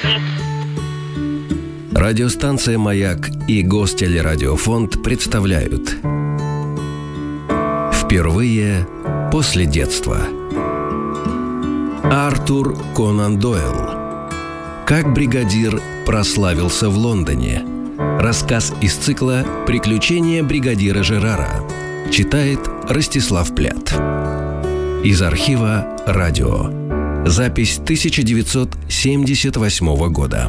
Радиостанция «Маяк» и Гостелерадиофонд представляют «Впервые после детства». Артур Конан Дойл. Как бригадир прославился в Лондоне. Рассказ из цикла «Приключения бригадира Жерара». Читает Ростислав Плят. Из архива «Радио». Запись 1978 года.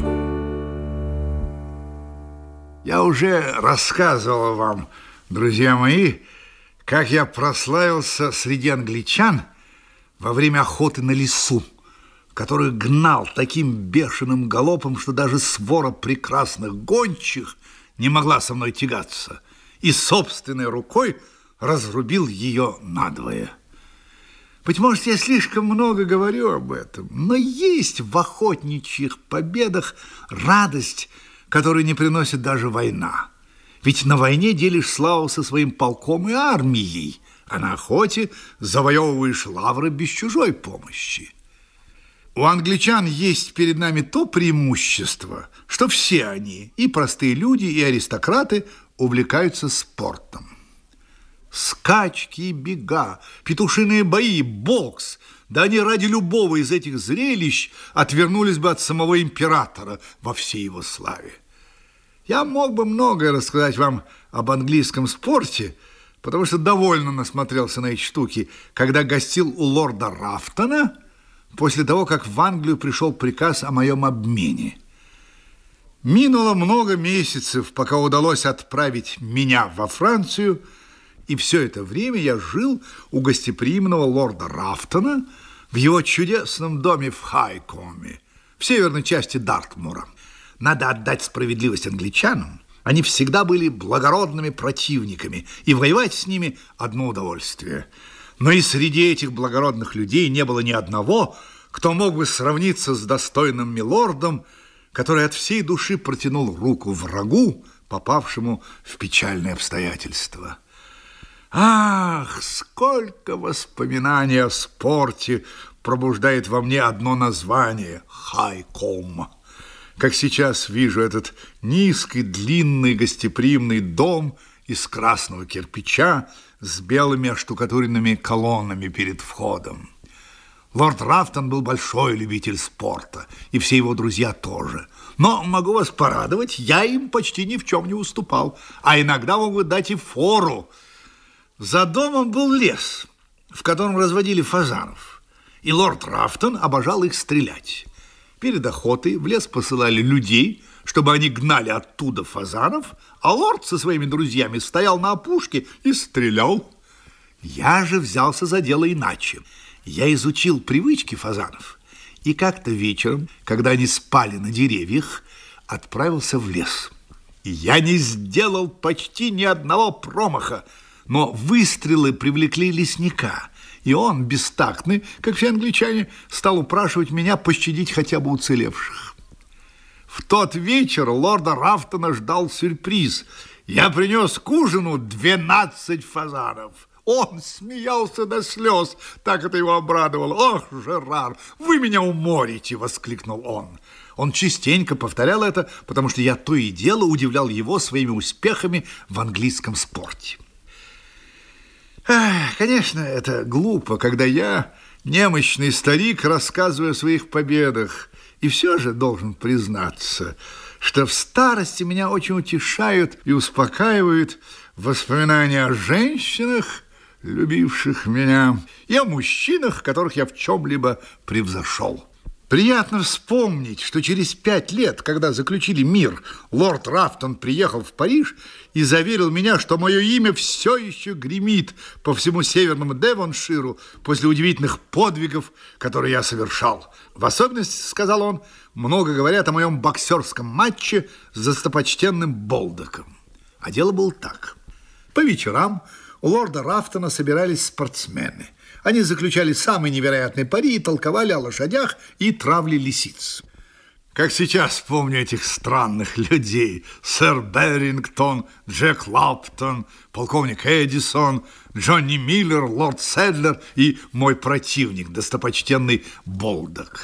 Я уже рассказывал вам, друзья мои, как я прославился среди англичан во время охоты на лису, которую гнал таким бешеным галопом, что даже свора прекрасных гончих не могла со мной тягаться, и собственной рукой разрубил ее надвое. Быть может, я слишком много говорю об этом, но есть в охотничьих победах радость, которую не приносит даже война. Ведь на войне делишь славу со своим полком и армией, а на охоте завоевываешь лавры без чужой помощи. У англичан есть перед нами то преимущество, что все они, и простые люди, и аристократы, увлекаются спортом. Скачки и бега, петушиные бои, бокс. Да они ради любого из этих зрелищ отвернулись бы от самого императора во всей его славе. Я мог бы многое рассказать вам об английском спорте, потому что довольно насмотрелся на эти штуки, когда гостил у лорда Рафтона после того, как в Англию пришел приказ о моем обмене. Минуло много месяцев, пока удалось отправить меня во Францию, и все это время я жил у гостеприимного лорда Рафтона в его чудесном доме в Хайкоме, в северной части Дартмура. Надо отдать справедливость англичанам. Они всегда были благородными противниками, и воевать с ними одно удовольствие. Но и среди этих благородных людей не было ни одного, кто мог бы сравниться с достойным милордом, который от всей души протянул руку врагу, попавшему в печальные обстоятельства. Ах, сколько воспоминаний о спорте пробуждает во мне одно название – Хайком. Как сейчас вижу этот низкий, длинный, гостеприимный дом из красного кирпича с белыми оштукатуренными колоннами перед входом. Лорд Рафтон был большой любитель спорта, и все его друзья тоже. Но, могу вас порадовать, я им почти ни в чем не уступал, а иногда мог бы дать и фору. За домом был лес, в котором разводили фазанов, и лорд Рафтон обожал их стрелять. Перед охотой в лес посылали людей, чтобы они гнали оттуда фазанов, а лорд со своими друзьями стоял на опушке и стрелял. Я же взялся за дело иначе. Я изучил привычки фазанов, и как-то вечером, когда они спали на деревьях, отправился в лес. И я не сделал почти ни одного промаха, но выстрелы привлекли лесника, и он, бестактный, как все англичане, стал упрашивать меня пощадить хотя бы уцелевших. В тот вечер лорда Рафтона ждал сюрприз. Я принес к ужину 12 фазанов. Он смеялся до слез, так это его обрадовало. «Ох, Жерар, вы меня уморите!» – воскликнул он. Он частенько повторял это, потому что я то и дело удивлял его своими успехами в английском спорте. Конечно, это глупо, когда я, немощный старик, рассказываю о своих победах. И все же должен признаться, что в старости меня очень утешают и успокаивают воспоминания о женщинах, любивших меня, и о мужчинах, которых я в чем-либо превзошел. Приятно вспомнить, что через 5 лет, когда заключили мир, лорд Рафтон приехал в Париж и заверил меня, что мое имя все еще гремит по всему северному Девонширу после удивительных подвигов, которые я совершал. В особенности, сказал он, много говорят о моем боксерском матче с достопочтенным Болдоком. А дело было так. По вечерам у лорда Рафтона собирались спортсмены. Они заключали самые невероятные пари и толковали о лошадях и травле лисиц. Как сейчас помню этих странных людей: сэр Берингтон, Джек Лаптон, полковник Эдисон, Джонни Миллер, лорд Седлер и мой противник, достопочтенный Болдок.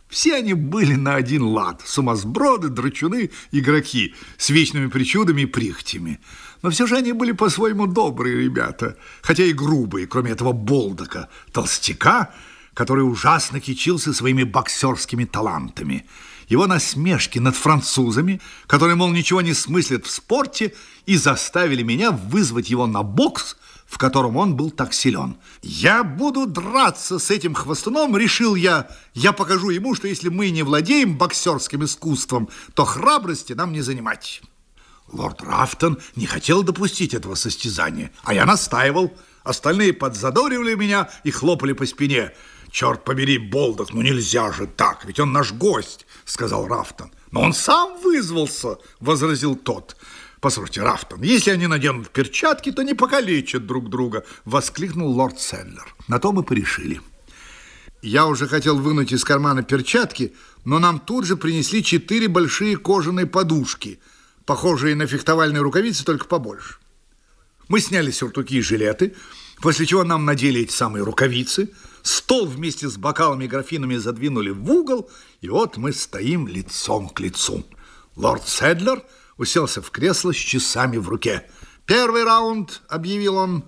Все они были на один лад, сумасброды, драчуны, игроки с вечными причудами и прихотями. Но все же они были по-своему добрые ребята, хотя и грубые, кроме этого Болдока, толстяка, который ужасно кичился своими боксерскими талантами. Его насмешки над французами, которые, мол, ничего не смыслят в спорте, и заставили меня вызвать его на бокс, в котором он был так силен. Я буду драться с этим хвостуном, решил я. Я покажу ему, что если мы не владеем боксерским искусством, то храбрости нам не занимать. Лорд Рафтон не хотел допустить этого состязания, а я настаивал. Остальные подзадоривали меня и хлопали по спине. «Черт побери, Болдок, ну нельзя же так, ведь он наш гость», — сказал Рафтон. «Но он сам вызвался», — возразил тот. «Послушайте, Рафтон, если они наденут перчатки, то не покалечат друг друга», — воскликнул лорд Седлер. На то мы порешили. Я уже хотел вынуть из кармана перчатки, но нам тут же принесли 4 большие кожаные подушки, похожие на фехтовальные рукавицы, только побольше. Мы сняли сюртуки и жилеты, после чего нам надели эти самые рукавицы, стол вместе с бокалами и графинами задвинули в угол, и вот мы стоим лицом к лицу. Лорд Седлер уселся в кресло с часами в руке. «Первый раунд», — объявил он.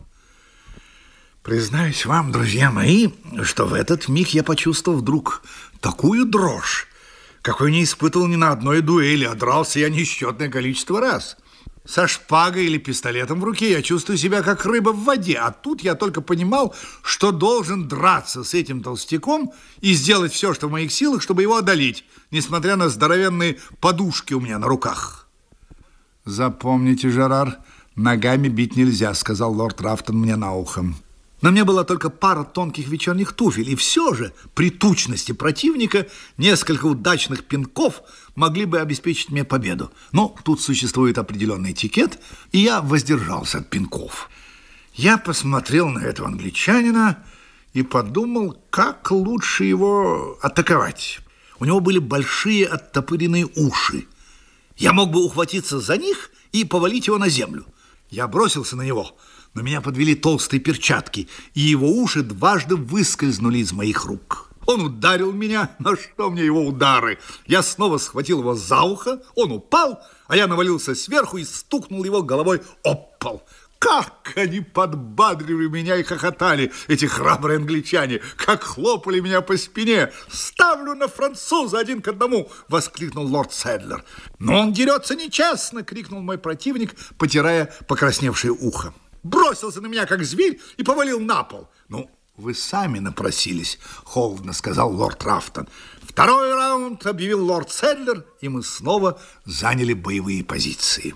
Признаюсь вам, друзья мои, что в этот миг я почувствовал вдруг такую дрожь, какой не испытывал ни на одной дуэли, а дрался я несчетное количество раз. Со шпагой или пистолетом в руке я чувствую себя как рыба в воде, а тут я только понимал, что должен драться с этим толстяком и сделать все, что в моих силах, чтобы его одолеть, несмотря на здоровенные подушки у меня на руках. «Запомните, Жерар, ногами бить нельзя», — сказал лорд Рафтон мне на ухо. На мне была только пара тонких вечерних туфель, и все же при тучности противника несколько удачных пинков могли бы обеспечить мне победу. Но тут существует определенный этикет, и я воздержался от пинков. Я посмотрел на этого англичанина и подумал, как лучше его атаковать. У него были большие оттопыренные уши. Я мог бы ухватиться за них и повалить его на землю. Я бросился на него, но меня подвели толстые перчатки, и его уши дважды выскользнули из моих рук. Он ударил меня, на что мне его удары? Я снова схватил его за ухо, он упал, а я навалился сверху и стукнул его головой об пол. Как они подбадривали меня и хохотали, эти храбрые англичане, как хлопали меня по спине. «Ставлю на француза 1-1!» — воскликнул лорд Седлер. «Но он дерется нечестно!» — крикнул мой противник, потирая покрасневшее ухо. Бросился на меня, как зверь, и повалил на пол. «Ну, вы сами напросились», — холодно сказал лорд Рафтон. «Второй раунд», — объявил лорд Седлер, и мы снова заняли боевые позиции.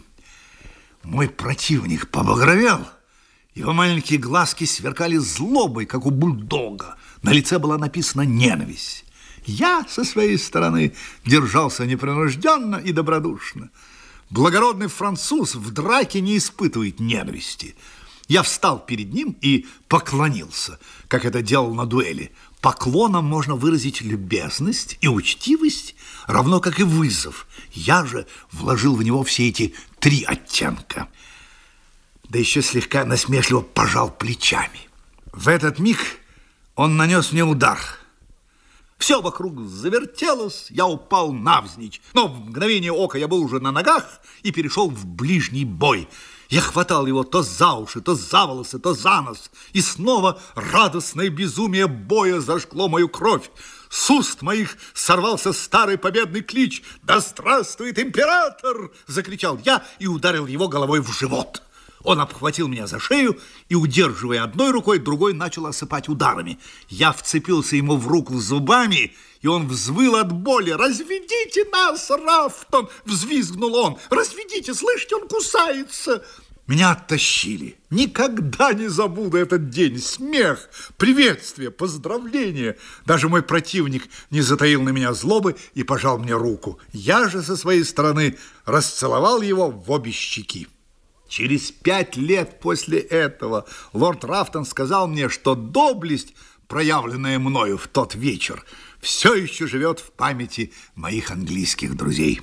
Мой противник побагровел. Его маленькие глазки сверкали злобой, как у бульдога. На лице была написана ненависть. Я, со своей стороны, держался непринужденно и добродушно. Благородный француз в драке не испытывает ненависти. Я встал перед ним и поклонился, как это делал на дуэли. Поклоном можно выразить любезность и учтивость, равно как и вызов. Я же вложил в него все эти 3 оттенка. Да еще слегка насмешливо пожал плечами. В этот миг он нанес мне удар. Все вокруг завертелось, я упал навзничь. Но в мгновение ока я был уже на ногах и перешел в ближний бой. Я хватал его то за уши, то за волосы, то за нос. И снова радостное безумие боя зажгло мою кровь. С уст моих сорвался старый победный клич. «Да здравствует император!» — закричал я и ударил его головой в живот. Он обхватил меня за шею и, удерживая одной рукой, другой начал осыпать ударами. Я вцепился ему в руку зубами, и он взвыл от боли. «Разведите нас, Рафтон!» — взвизгнул он. «Разведите, слышите, он кусается!» Меня оттащили. Никогда не забуду этот день. Смех, приветствие, поздравления. Даже мой противник не затаил на меня злобы и пожал мне руку. Я же со своей стороны расцеловал его в обе щеки. Через 5 лет после этого лорд Рафтон сказал мне, что доблесть, проявленная мною в тот вечер, все еще живет в памяти моих английских друзей.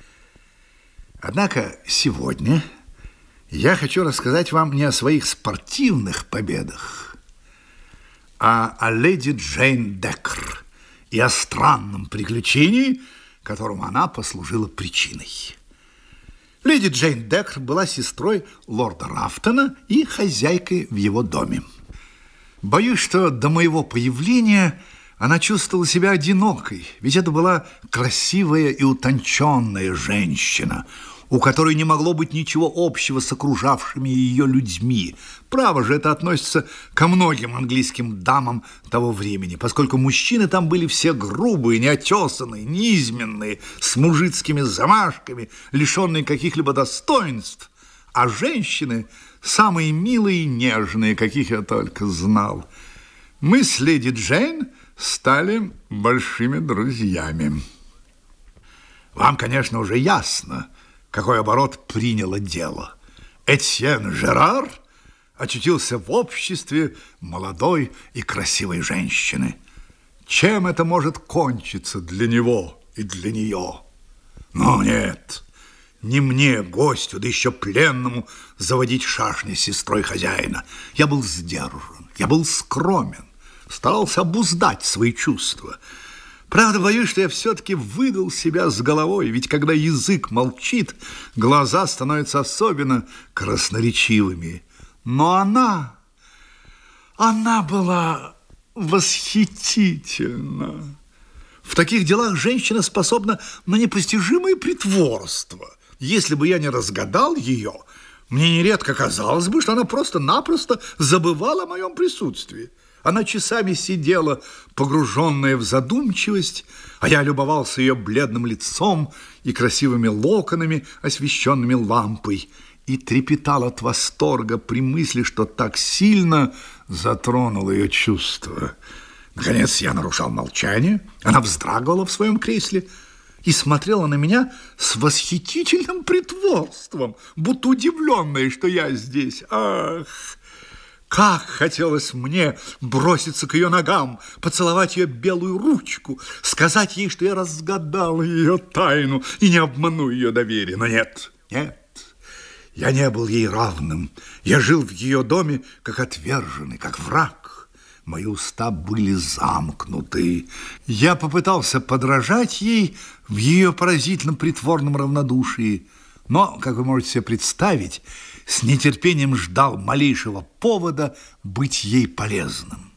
Однако сегодня я хочу рассказать вам не о своих спортивных победах, а о леди Джейн Деккер и о странном приключении, которому она послужила причиной. Леди Джейн Деккер была сестрой лорда Рафтона и хозяйкой в его доме. Боюсь, что до моего появления она чувствовала себя одинокой, ведь это была красивая и утонченная женщина, у которой не могло быть ничего общего с окружавшими ее людьми. Право же, это относится ко многим английским дамам того времени, поскольку мужчины там были все грубые, неотесанные, низменные, с мужицкими замашками, лишенные каких-либо достоинств, а женщины самые милые и нежные, каких я только знал. Мы с леди Джейн стали большими друзьями. Вам, конечно, уже ясно, какой оборот приняло дело. Этьен Жерар очутился в обществе молодой и красивой женщины. Чем это может кончиться для него и для нее? Но нет, не мне, гостю, да еще пленному, заводить шашни с сестрой хозяина. Я был сдержан, я был скромен, старался обуздать свои чувства. Правда, боюсь, что я все-таки выдал себя с головой, ведь когда язык молчит, глаза становятся особенно красноречивыми. Но она была восхитительна. В таких делах женщина способна на непостижимое притворство. Если бы я не разгадал ее, мне нередко казалось бы, что она просто-напросто забывала о моем присутствии. Она часами сидела, погруженная в задумчивость, а я любовался ее бледным лицом и красивыми локонами, освещенными лампой, и трепетал от восторга при мысли, что так сильно затронул ее чувства. Наконец я нарушал молчание, она вздрагивала в своем кресле и смотрела на меня с восхитительным притворством, будто удивленная, что я здесь. Ах! Как хотелось мне броситься к ее ногам, поцеловать ее белую ручку, сказать ей, что я разгадал ее тайну и не обману ее доверие. Но нет, я не был ей равным. Я жил в ее доме как отверженный, как враг. Мои уста были замкнуты. Я попытался подражать ей в ее поразительном притворном равнодушии, но, как вы можете себе представить, с нетерпением ждал малейшего повода быть ей полезным.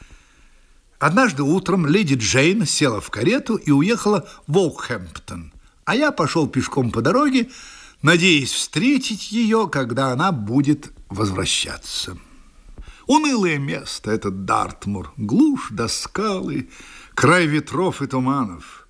Однажды утром леди Джейн села в карету и уехала в Оукхэмптон, а я пошел пешком по дороге, надеясь встретить ее, когда она будет возвращаться. Унылое место этот Дартмур, глушь да скалы, край ветров и туманов.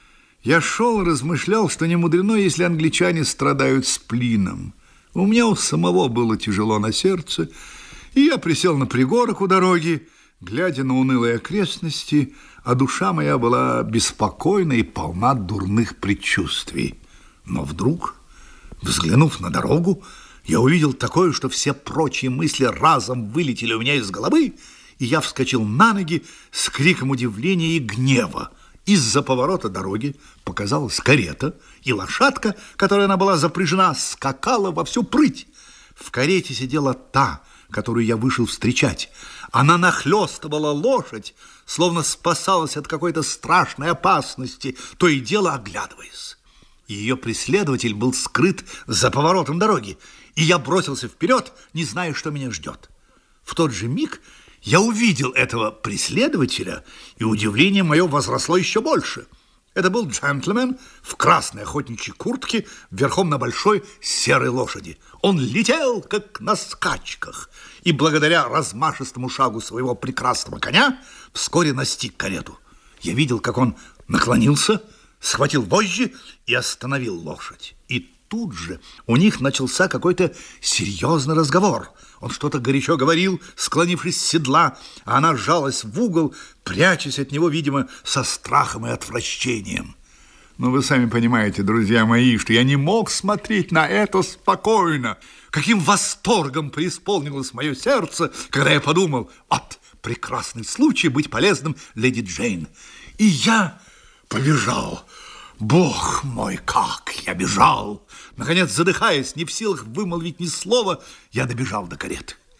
Я шел и размышлял, что не мудрено, если англичане страдают сплином. У меня у самого было тяжело на сердце, и я присел на пригорок у дороги, глядя на унылые окрестности, а душа моя была беспокойна и полна дурных предчувствий. Но вдруг, взглянув на дорогу, я увидел такое, что все прочие мысли разом вылетели у меня из головы, и я вскочил на ноги с криком удивления и гнева. Из-за поворота дороги показалась карета, и лошадка, которой она была запряжена, скакала во всю прыть. В карете сидела та, которую я вышел встречать. Она нахлёстывала лошадь, словно спасалась от какой-то страшной опасности, то и дело оглядываясь. Ее преследователь был скрыт за поворотом дороги, и я бросился вперед, не зная, что меня ждет. В тот же миг я увидел этого преследователя, и удивление мое возросло еще больше. Это был джентльмен в красной охотничьей куртке, верхом на большой серой лошади. Он летел, как на скачках, и благодаря размашистому шагу своего прекрасного коня вскоре настиг карету. Я видел, как он наклонился, схватил вожжи и остановил лошадь. И тут же у них начался какой-то серьезный разговор. Он что-то горячо говорил, склонившись с седла, а она сжалась в угол, прячась от него, видимо, со страхом и отвращением. Но вы сами понимаете, друзья мои, что я не мог смотреть на это спокойно. Каким восторгом преисполнилось мое сердце, когда я подумал: вот прекрасный случай быть полезным леди Джейн. И я побежал. Бог мой, как я бежал! Наконец, задыхаясь, не в силах вымолвить ни слова, я добежал до кареты.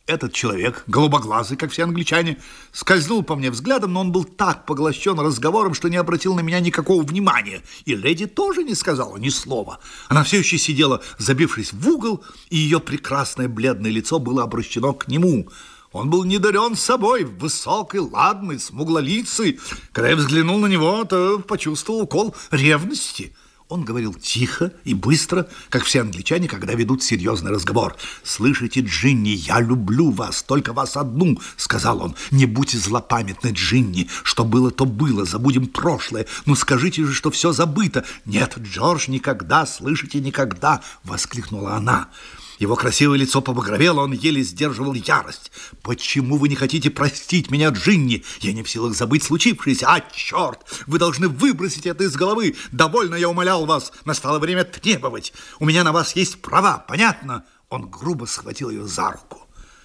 Этот человек, голубоглазый, как все англичане, скользнул по мне взглядом, но он был так поглощен разговором, что не обратил на меня никакого внимания. И леди тоже не сказала ни слова. Она все еще сидела, забившись в угол, и ее прекрасное бледное лицо было обращено к нему. Он был недурен собой, высокий, ладный, смуглолицый. Когда я взглянул на него, то почувствовал укол ревности. Он говорил тихо и быстро, как все англичане, когда ведут серьезный разговор. «Слышите, Джинни, я люблю вас, только вас одну», — сказал он. «Не будьте злопамятны, Джинни, что было, то было, забудем прошлое. Ну скажите же, что все забыто». «Нет, Джордж, никогда, слышите, никогда», — воскликнула она. Его красивое лицо побагровело, он еле сдерживал ярость. «Почему вы не хотите простить меня, Джинни? Я не в силах забыть случившееся. А, черт! Вы должны выбросить это из головы. Довольно я умолял вас. Настало время требовать. У меня на вас есть права, понятно?» Он грубо схватил ее за руку.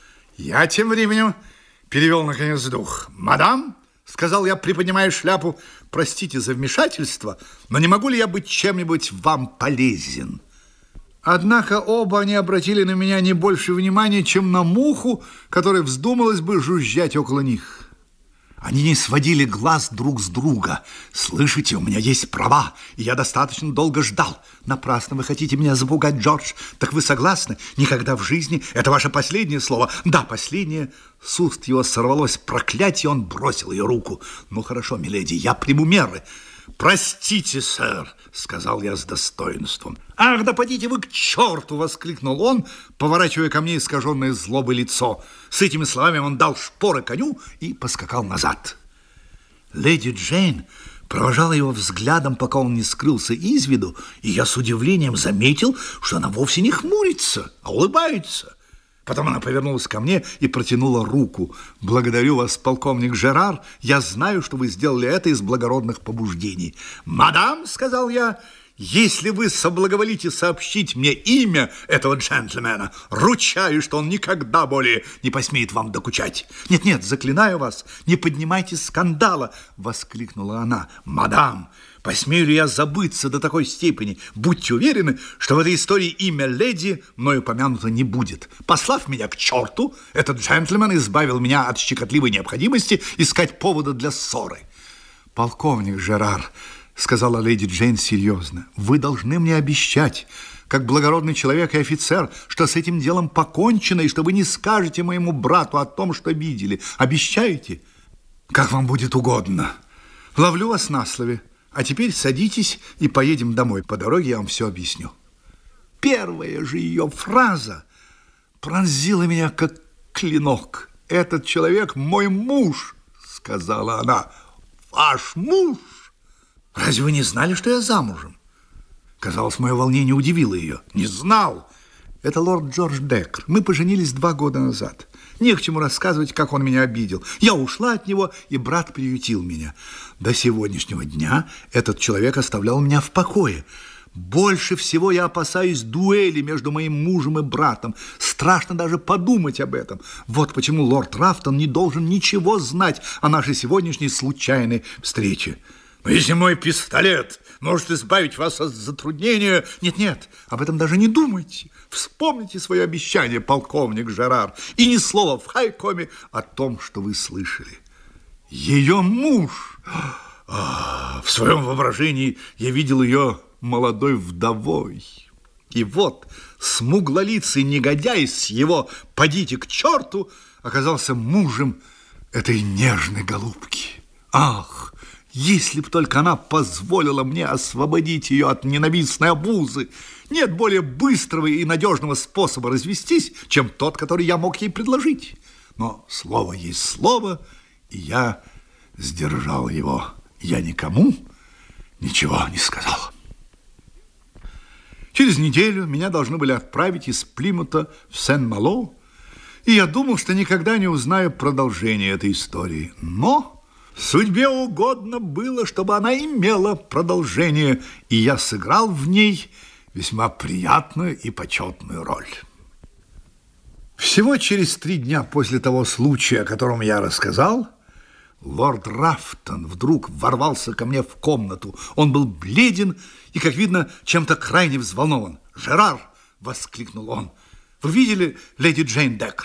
Я тем временем перевел, наконец, дух. «Мадам», — сказал я, приподнимая шляпу, — «простите за вмешательство, но не могу ли я быть чем-нибудь вам полезен?» Однако оба они обратили на меня не больше внимания, чем на муху, которая вздумалась бы жужжать около них. Они не сводили глаз друг с друга. «Слышите, у меня есть права, и я достаточно долго ждал. Напрасно вы хотите меня запугать, Джордж. Так вы согласны? Никогда в жизни. Это ваше последнее слово?» «Да, последнее». С уст его сорвалось проклятие, он бросил ее руку. «Ну, хорошо, миледи, я приму меры». «Простите, сэр», — сказал я с достоинством. «Ах, да подите вы к черту!» — воскликнул он, поворачивая ко мне искаженное злобой лицо. С этими словами он дал шпоры коню и поскакал назад. Леди Джейн провожала его взглядом, пока он не скрылся из виду, и я с удивлением заметил, что она вовсе не хмурится, а улыбается. Потом она повернулась ко мне и протянула руку. «Благодарю вас, полковник Жерар. Я знаю, что вы сделали это из благородных побуждений». «Мадам», — сказал я, — «если вы соблаговолите сообщить мне имя этого джентльмена, ручаюсь, что он никогда более не посмеет вам докучать». «Нет-нет, заклинаю вас, не поднимайте скандала», — воскликнула она. «Мадам, посмею ли я забыться до такой степени? Будьте уверены, что в этой истории имя леди мною помянуто не будет. Послав меня к черту, этот джентльмен избавил меня от щекотливой необходимости искать повода для ссоры». «Полковник Жерар», — сказала леди Джейн серьезно, — «вы должны мне обещать, как благородный человек и офицер, что с этим делом покончено, и что вы не скажете моему брату о том, что видели. Обещаете?» «Как вам будет угодно. Ловлю вас на слове. А теперь садитесь и поедем домой. По дороге я вам все объясню». Первая же ее фраза пронзила меня, как клинок. «Этот человек мой муж», — сказала она. «Ваш муж? Разве вы не знали, что я замужем?» Казалось, мое волнение удивило ее. «Не знал. Это лорд Джордж Деккер. Мы поженились 2 года назад. Не к чему рассказывать, как он меня обидел. Я ушла от него, и брат приютил меня. До сегодняшнего дня этот человек оставлял меня в покое. Больше всего я опасаюсь дуэли между моим мужем и братом. Страшно даже подумать об этом. Вот почему лорд Рафтон не должен ничего знать о нашей сегодняшней случайной встрече». «Но если мой пистолет может избавить вас от затруднения...» «Нет-нет, об этом даже не думайте. Вспомните свое обещание, полковник Жерар, и ни слова в Хайкоме о том, что вы слышали». Ее муж! В своем воображении я видел ее молодой вдовой. И вот смуглолицый негодяй с его «подите к черту» оказался мужем этой нежной голубки. Ах! Если б только она позволила мне освободить ее от ненавистной обузы. Нет более быстрого и надежного способа развестись, чем тот, который я мог ей предложить. Но слово есть слово, и я сдержал его. Я никому ничего не сказал. Через неделю меня должны были отправить из Плимута в Сен-Мало, и я думал, что никогда не узнаю продолжение этой истории. Но судьбе угодно было, чтобы она имела продолжение, и я сыграл в ней весьма приятную и почетную роль. Всего через 3 дня после того случая, о котором я рассказал, лорд Рафтон вдруг ворвался ко мне в комнату. Он был бледен и, как видно, чем-то крайне взволнован. «Жерар!» — воскликнул он. «Вы видели леди Джейн Деккер?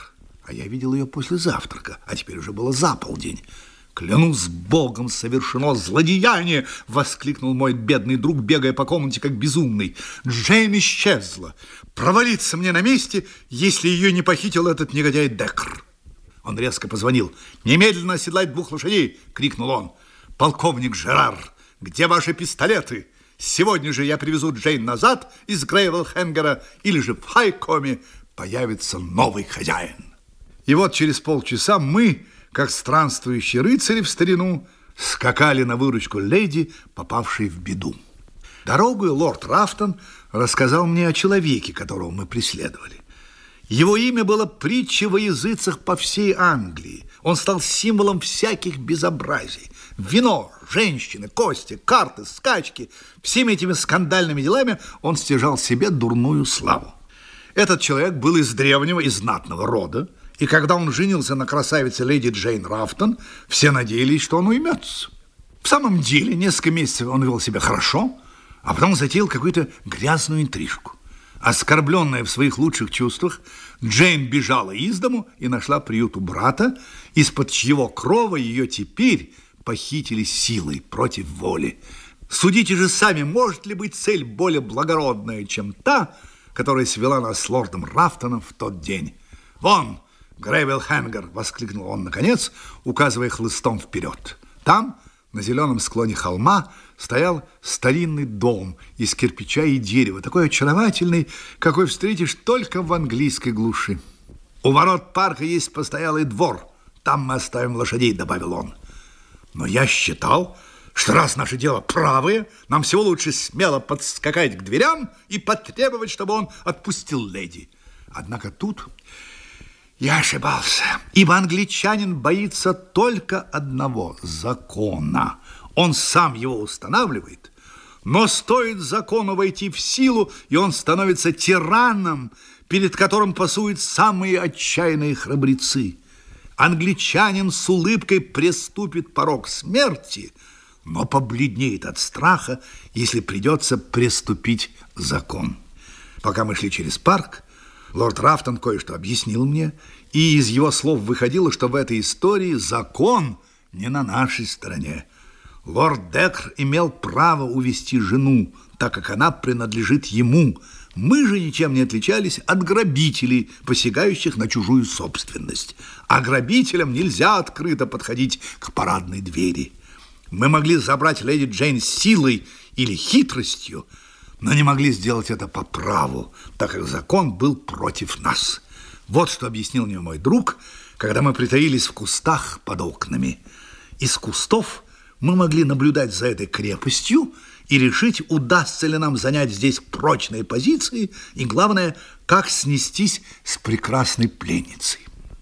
А я видел ее после завтрака, а теперь уже было за полдень. «Клянусь Богом, совершено злодеяние!» — воскликнул мой бедный друг, бегая по комнате, как безумный. «Джейн исчезла. Провалиться мне на месте, если ее не похитил этот негодяй Деккер». Он резко позвонил. «Немедленно оседлать 2 лошадей!» — крикнул он. «Полковник Жерар, где ваши пистолеты? Сегодня же я привезу Джейн назад из Грейвелхенгера, или же в Хайкоме появится новый хозяин». И вот через полчаса мы, как странствующие рыцари в старину, скакали на выручку леди, попавшей в беду. Дорогою лорд Рафтон рассказал мне о человеке, которого мы преследовали. Его имя было притчей во языцах по всей Англии. Он стал символом всяких безобразий. Вино, женщины, кости, карты, скачки. Всеми этими скандальными делами он стяжал себе дурную славу. Этот человек был из древнего и знатного рода. И когда он женился на красавице леди Джейн Рафтон, все надеялись, что он уймется. В самом деле, несколько месяцев он вел себя хорошо, а потом затеял какую-то грязную интрижку. Оскорбленная в своих лучших чувствах, Джейн бежала из дому и нашла приют у брата, из-под чьего крова ее теперь похитили силой против воли. Судите же сами, может ли быть цель более благородная, чем та, которая свела нас с лордом Рафтоном в тот день? «Вон, Грейвелхенгер!» — воскликнул он наконец, указывая хлыстом вперед. Там, на зеленом склоне холма, стоял старинный дом из кирпича и дерева, такой очаровательный, какой встретишь только в английской глуши. «У ворот парка есть постоялый двор, там мы оставим лошадей», — добавил он. Но я считал, что раз наше дело правое, нам всего лучше смело подскакать к дверям и потребовать, чтобы он отпустил леди. Однако тут я ошибался, ибо англичанин боится только одного – закона. Он сам его устанавливает, но стоит закону войти в силу, и он становится тираном, перед которым пасуют самые отчаянные храбрецы. Англичанин с улыбкой приступит порог смерти, но побледнеет от страха, если придется приступить закон. Пока мы шли через парк, лорд Рафтон кое-что объяснил мне, и из его слов выходило, что в этой истории закон не на нашей стороне. Лорд Деккер имел право увести жену, так как она принадлежит ему. Мы же ничем не отличались от грабителей, посягающих на чужую собственность. А грабителям нельзя открыто подходить к парадной двери. Мы могли забрать леди Джейн силой или хитростью, но не могли сделать это по праву, так как закон был против нас. Вот что объяснил мне мой друг, когда мы притаились в кустах под окнами. Из кустов мы могли наблюдать за этой крепостью и решить, удастся ли нам занять здесь прочные позиции и, главное, как снестись с прекрасной пленницей.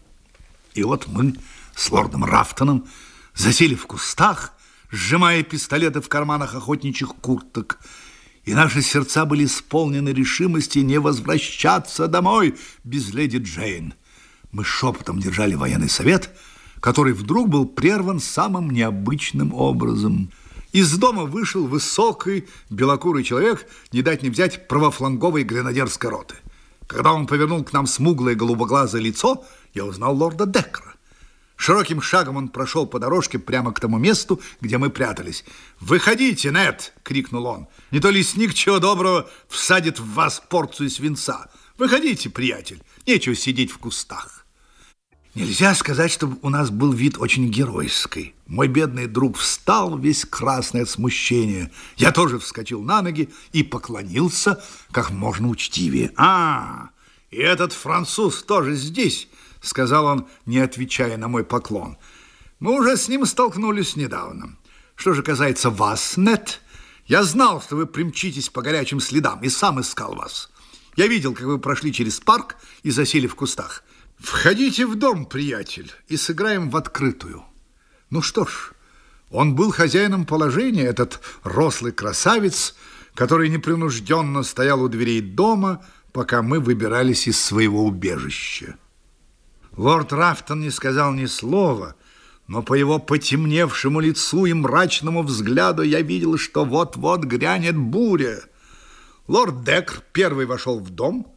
И вот мы с лордом Рафтоном засели в кустах, сжимая пистолеты в карманах охотничьих курток, и наши сердца были исполнены решимости не возвращаться домой без леди Джейн. Мы шепотом держали военный совет, который вдруг был прерван самым необычным образом. Из дома вышел высокий белокурый человек, не дать не взять правофланговой гренадерской роты. Когда он повернул к нам смуглое голубоглазое лицо, я узнал лорда Деккера. Широким шагом он прошел по дорожке прямо к тому месту, где мы прятались. «Выходите, Нед!» — крикнул он. «Не то лесник, чего доброго, всадит в вас порцию свинца. Выходите, приятель, нечего сидеть в кустах». Нельзя сказать, чтобы у нас был вид очень геройский. Мой бедный друг встал, весь красный от смущения. Я тоже вскочил на ноги и поклонился как можно учтивее. «А, и этот француз тоже здесь», — сказал он, не отвечая на мой поклон. «Мы уже с ним столкнулись недавно. Что же касается вас, Нед, я знал, что вы примчитесь по горячим следам, и сам искал вас. Я видел, как вы прошли через парк и засели в кустах. Входите в дом, приятель, и сыграем в открытую». Ну что ж, он был хозяином положения, этот рослый красавец, который непринужденно стоял у дверей дома, пока мы выбирались из своего убежища. Лорд Рафтон не сказал ни слова, но по его потемневшему лицу и мрачному взгляду я видел, что вот-вот грянет буря. Лорд Деккер первый вошел в дом,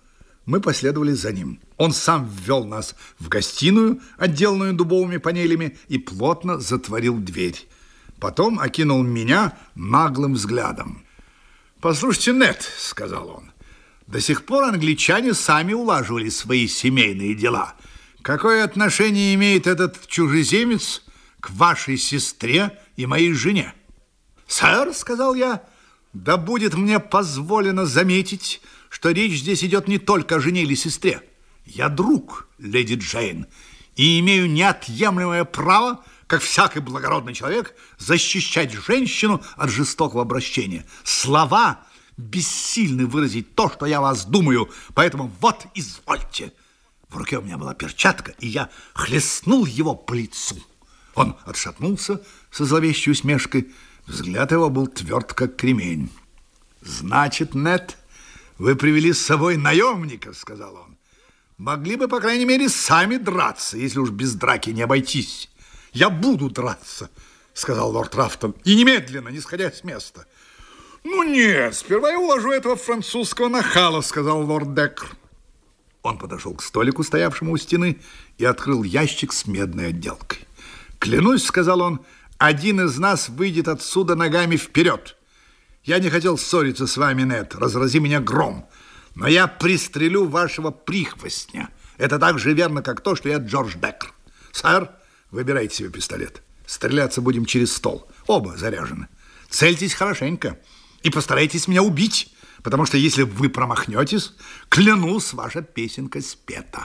Мы последовали за ним. Он сам ввел нас в гостиную, отделанную дубовыми панелями, и плотно затворил дверь. Потом окинул меня наглым взглядом. «Послушайте, Нед, — сказал он, — до сих пор англичане сами улаживали свои семейные дела. Какое отношение имеет этот чужеземец к вашей сестре и моей жене?» «Сэр, — сказал я, — да будет мне позволено заметить, что речь здесь идет не только о жене или сестре. Я друг леди Джейн и имею неотъемлемое право, как всякий благородный человек, защищать женщину от жестокого обращения. Слова бессильны выразить то, что я о вас думаю, поэтому вот, извольте». В руке у меня была перчатка, и я хлестнул его по лицу. Он отшатнулся со зловещей усмешкой. Взгляд его был тверд, как кремень. «Значит, Нед, вы привели с собой наемника, — сказал он. Могли бы, по крайней мере, сами драться, если уж без драки не обойтись». «Я буду драться, — сказал лорд Рафтон, — и немедленно, не сходя с места». «Ну нет, сперва я уложу этого французского нахала, — сказал лорд Деккер». Он подошел к столику, стоявшему у стены, и открыл ящик с медной отделкой. «Клянусь, — сказал он, — один из нас выйдет отсюда ногами вперед. Я не хотел ссориться с вами, Нед, разрази меня гром, но я пристрелю вашего прихвостня. Это так же верно, как то, что я Джордж Деккер. Сэр, выбирайте себе пистолет. Стреляться будем через стол. Оба заряжены. Цельтесь хорошенько и постарайтесь меня убить, потому что если вы промахнетесь, клянусь, ваша песенка спета».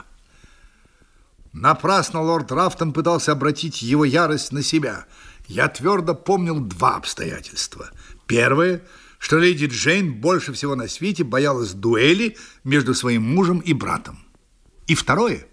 Напрасно лорд Рафтон пытался обратить его ярость на себя. Я твердо помнил два обстоятельства. Первое, что леди Джейн больше всего на свете боялась дуэли между своим мужем и братом. И второе,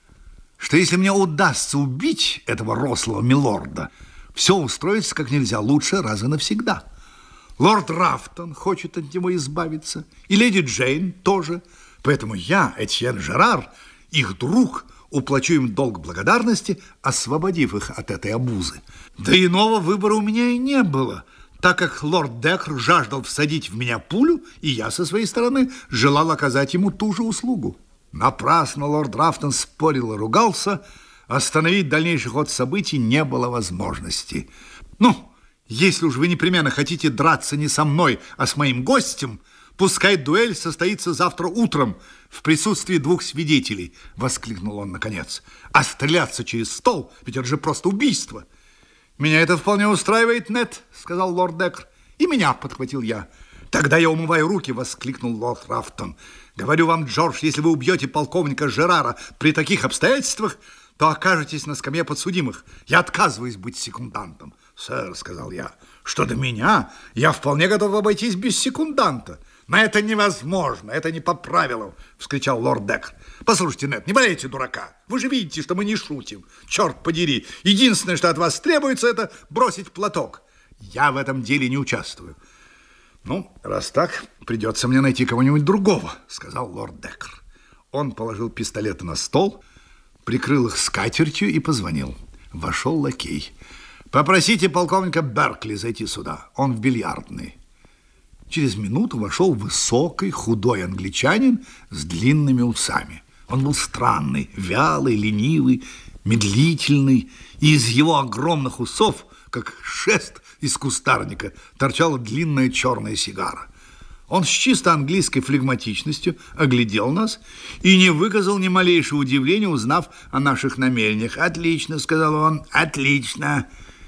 что если мне удастся убить этого рослого милорда, все устроится как нельзя лучше раз и навсегда. Лорд Рафтон хочет от него избавиться, и леди Джейн тоже. Поэтому я, Этьен Жерар, их друг, уплачу им долг благодарности, освободив их от этой обузы. Да иного выбора у меня и не было, так как лорд Деккер жаждал всадить в меня пулю, и я со своей стороны желал оказать ему ту же услугу. Напрасно лорд Рафтон спорил и ругался, остановить дальнейший ход событий не было возможности. «Ну, если уж вы непременно хотите драться не со мной, а с моим гостем, пускай дуэль состоится завтра утром в присутствии двух свидетелей», — воскликнул он наконец. «А стреляться через стол, ведь это же просто убийство». «Меня это вполне устраивает, Нед, — сказал лорд Деккер. «И меня, — подхватил я. «Тогда я умываю руки, — воскликнул лорд Рафтон. Говорю вам, Джордж, если вы убьете полковника Жерара при таких обстоятельствах, то окажетесь на скамье подсудимых. Я отказываюсь быть секундантом». «Сэр, — сказал я, — что до меня, я вполне готов обойтись без секунданта». «Но это невозможно, это не по правилам, — вскричал лорд Деккер. Послушайте, Нед, не валяйте дурака. Вы же видите, что мы не шутим. Черт подери, единственное, что от вас требуется, это бросить платок. Я в этом деле не участвую». «Ну, раз так, придется мне найти кого-нибудь другого, — сказал лорд Деккер. Он положил пистолеты на стол, прикрыл их скатертью и позвонил. Вошел лакей. «Попросите полковника Беркли зайти сюда, он в бильярдной». Через минуту вошел высокий, худой англичанин с длинными усами. Он был странный, вялый, ленивый, медлительный, и из его огромных усов, как шест из кустарника, торчала длинная черная сигара. Он с чисто английской флегматичностью оглядел нас и не выказал ни малейшего удивления, узнав о наших намерениях. «Отлично, — сказал он, — отлично.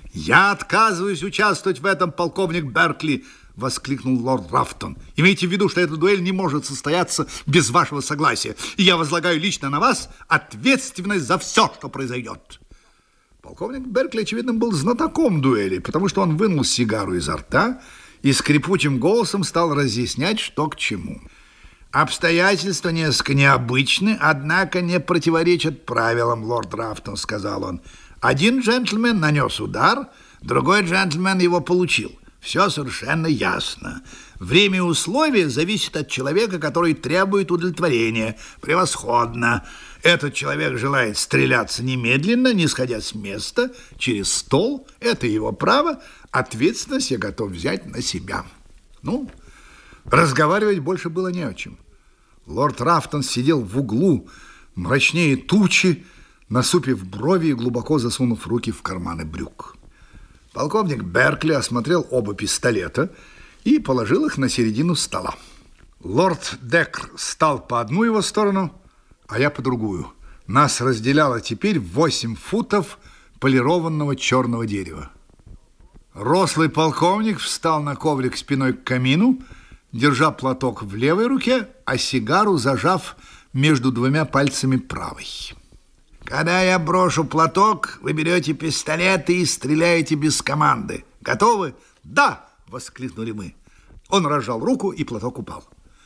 Я отказываюсь участвовать в этом, полковник Беркли, — воскликнул лорд Рафтон. «Имейте в виду, что эта дуэль не может состояться без вашего согласия, и я возлагаю лично на вас ответственность за все, что произойдет». Полковник Беркли, очевидно, был знатоком дуэли, потому что он вынул сигару изо рта и скрипучим голосом стал разъяснять, что к чему. «Обстоятельства несколько необычны, однако не противоречат правилам, лорд Рафтон, — сказал он. Один джентльмен нанес удар, другой джентльмен его получил. Все совершенно ясно. Время и условия зависят от человека, который требует удовлетворения. Превосходно. Этот человек желает стреляться немедленно, не сходя с места, через стол. Это его право. Ответственность я готов взять на себя». Ну, разговаривать больше было не о чем. Лорд Рафтон сидел в углу, мрачнее тучи, насупив брови и глубоко засунув руки в карманы брюк. Полковник Беркли осмотрел оба пистолета и положил их на середину стола. Лорд Декр стал по одну его сторону, а я по другую. Нас разделяло теперь 8 футов полированного черного дерева. Рослый полковник встал на коврик спиной к камину, держа платок в левой руке, а сигару зажав между двумя пальцами правой. Когда я брошу платок, вы берете пистолеты и стреляете без команды. Готовы? Да! Воскликнули мы. Он разжал руку, и платок упал.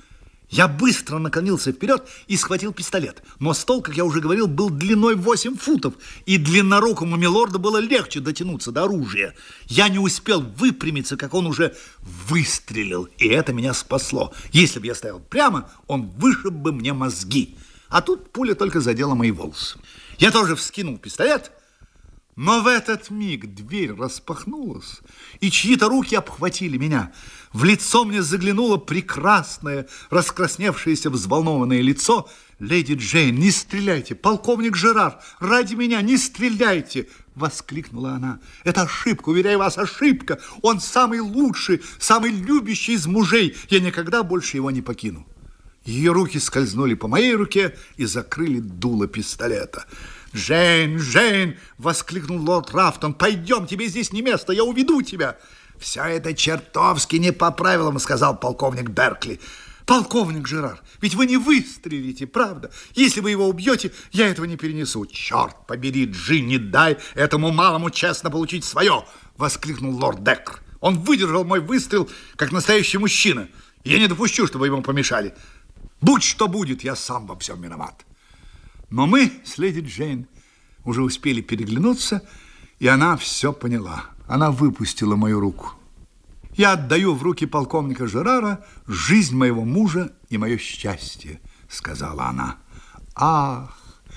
Я быстро наклонился вперед и схватил пистолет. Но стол, как я уже говорил, был длиной 8 футов, и длиннорукому милорду было легче дотянуться до оружия. Я не успел выпрямиться, как он уже выстрелил, и это меня спасло. Если бы я стоял прямо, он вышиб бы мне мозги. А тут пуля только задела мои волосы. Я тоже вскинул пистолет, но в этот миг дверь распахнулась, и чьи-то руки обхватили меня. В лицо мне заглянуло прекрасное, раскрасневшееся, взволнованное лицо леди Джейн. «Не стреляйте, полковник Жерар, ради меня не стреляйте!» — воскликнула она. «Это ошибка, уверяю вас, ошибка! Он самый лучший, самый любящий из мужей. Я никогда больше его не покину». Ее руки скользнули по моей руке и закрыли дуло пистолета. «Джейн, Джейн!» — воскликнул лорд Рафтон. «Пойдем, тебе здесь не место, я уведу тебя!» «Все это чертовски не по правилам», — сказал полковник Беркли. «Полковник Жерар, ведь вы не выстрелите, правда? Если вы его убьете, я этого не перенесу». «Черт побери, Джин, не дай этому малому честно получить свое!» — воскликнул лорд Декр. «Он выдержал мой выстрел, как настоящий мужчина. Я не допущу, чтобы ему помешали. Будь что будет, я сам во всем виноват». Но мы с леди Джейн уже успели переглянуться, и она все поняла. Она выпустила мою руку. «Я отдаю в руки полковника Жерара жизнь моего мужа и мое счастье», — сказала она. «Ах,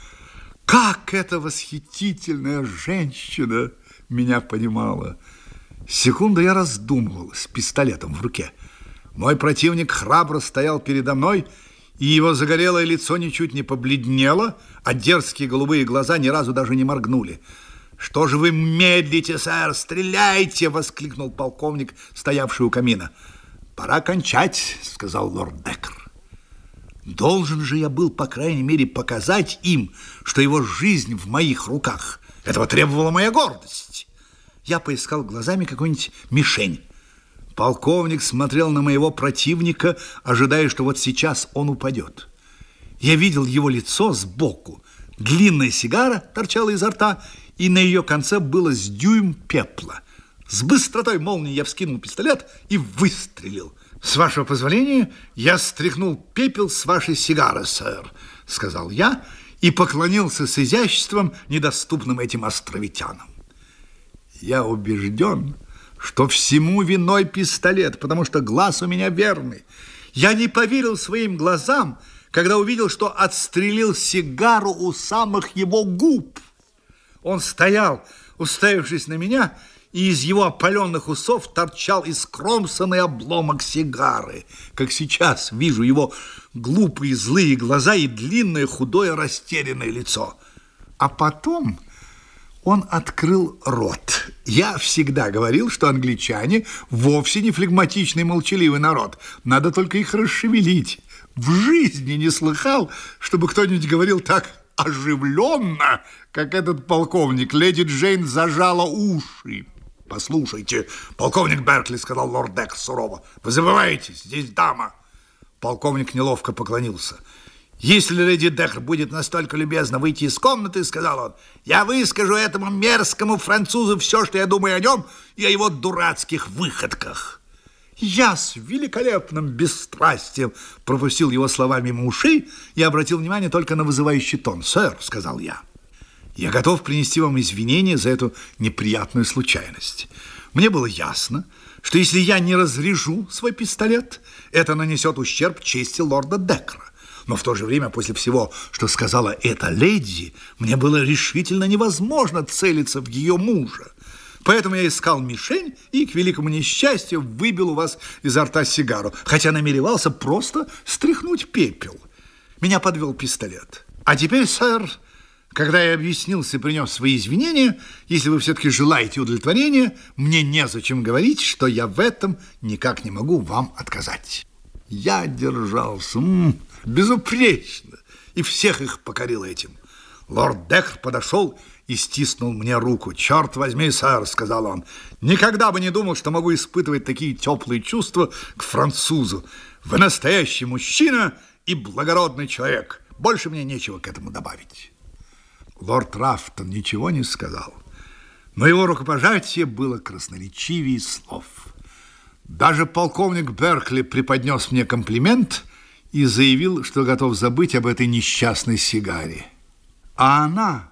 как эта восхитительная женщина меня понимала!» Секунду я раздумывал с пистолетом в руке. Мой противник храбро стоял передо мной, и его загорелое лицо ничуть не побледнело, а дерзкие голубые глаза ни разу даже не моргнули. «Что же вы медлите, сэр? Стреляйте!» — воскликнул полковник, стоявший у камина. «Пора кончать», — сказал лорд Декр. Должен же я был, по крайней мере, показать им, что его жизнь в моих руках. Этого требовала моя гордость. Я поискал глазами какую-нибудь мишень. Полковник смотрел на моего противника, ожидая, что вот сейчас он упадет. Я видел его лицо сбоку. Длинная сигара торчала изо рта, и на ее конце было с дюйм пепла. С быстротой молнии я вскинул пистолет и выстрелил. «С вашего позволения, я стряхнул пепел с вашей сигары, сэр», — сказал я и поклонился с изяществом, недоступным этим островитянам. Я убежден, что всему виной пистолет, потому что глаз у меня верный. Я не поверил своим глазам, когда увидел, что отстрелил сигару у самых его губ. Он стоял, уставившись на меня, и из его опаленных усов торчал искромсанный обломок сигары. Как сейчас вижу его глупые злые глаза и длинное худое растерянное лицо. А потом он открыл рот. Я всегда говорил, что англичане вовсе не флегматичный молчаливый народ. Надо только их расшевелить. В жизни не слыхал, чтобы кто-нибудь говорил так оживленно, как этот полковник. Леди Джейн зажала уши. «Послушайте, полковник Беркли», — сказал лорд Декр сурово, — «вы забываете, здесь дама». Полковник неловко поклонился. «Если леди Декр будет настолько любезна выйти из комнаты, — сказал он, — я выскажу этому мерзкому французу все, что я думаю о нем и о его дурацких выходках». Я с великолепным бесстрастием пропустил его слова мимо ушей и обратил внимание только на вызывающий тон. «Сэр, — сказал я, — я готов принести вам извинения за эту неприятную случайность. Мне было ясно, что если я не разряжу свой пистолет, это нанесет ущерб чести лорда Декра. Но в то же время, после всего, что сказала эта леди, мне было решительно невозможно целиться в ее мужа. Поэтому я искал мишень и, к великому несчастью, выбил у вас изо рта сигару, хотя намеревался просто стряхнуть пепел. меня подвел пистолет. А теперь, сэр, когда я объяснился и принес свои извинения, если вы все-таки желаете удовлетворения, мне незачем говорить, что я в этом никак не могу вам отказать. Я держался безупречно и всех их покорил этим. Лорд Деккер подошел и стиснул мне руку. «Черт возьми, сэр», — сказал он, — «никогда бы не думал, что могу испытывать такие теплые чувства к французу. Вы настоящий мужчина и благородный человек. Больше мне нечего к этому добавить». Лорд Рафтон ничего не сказал, но его рукопожатие было красноречивее слов. Даже полковник Беркли преподнес мне комплимент и заявил, что готов забыть об этой несчастной сигаре. А она...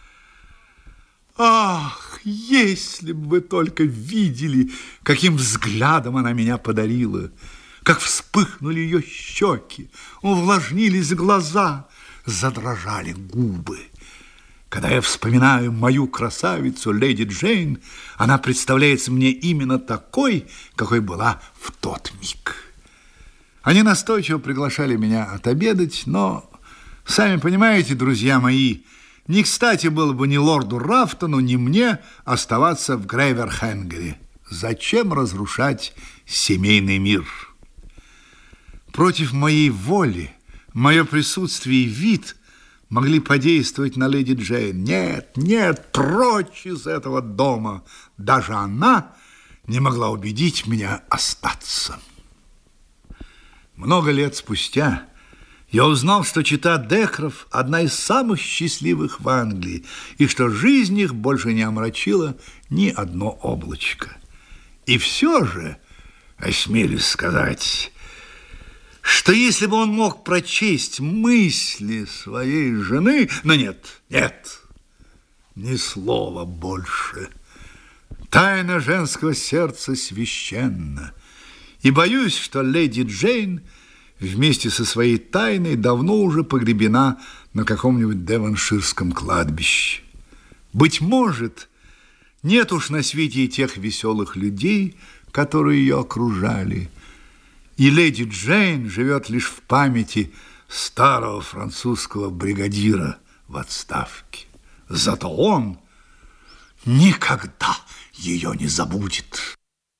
Ах, если бы вы только видели, каким взглядом она меня подарила, как вспыхнули ее щеки, увлажнились глаза, задрожали губы. Когда я вспоминаю мою красавицу, леди Джейн, она представляется мне именно такой, какой была в тот миг. Они настойчиво приглашали меня отобедать, но, сами понимаете, друзья мои, не кстати было бы ни лорду Рафтону, ни мне оставаться в Грейверхенгере. Зачем разрушать семейный мир? Против моей воли, мое присутствие и вид могли подействовать на леди Джейн. Нет, нет, прочь из этого дома. Даже она не могла убедить меня остаться. Много лет спустя я узнал, что чета Деккеров одна из самых счастливых в Англии, и что жизнь их больше не омрачила ни одно облачко. И все же, осмелюсь сказать, что если бы он мог прочесть мысли своей жены... Но нет, ни слова больше. Тайна женского сердца священна. И боюсь, что леди Джейн вместе со своей тайной давно уже погребена на каком-нибудь девонширском кладбище. Быть может, нет уж на свете и тех веселых людей, которые ее окружали, и леди Джейн живет лишь в памяти старого французского бригадира в отставке. Зато он никогда ее не забудет.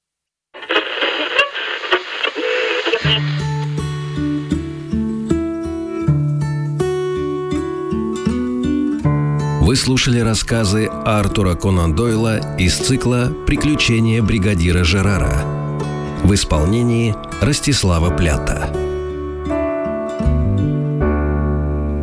Вы слушали рассказы Артура Конан Дойла из цикла «Приключения бригадира Жерара» в исполнении Ростислава Плята.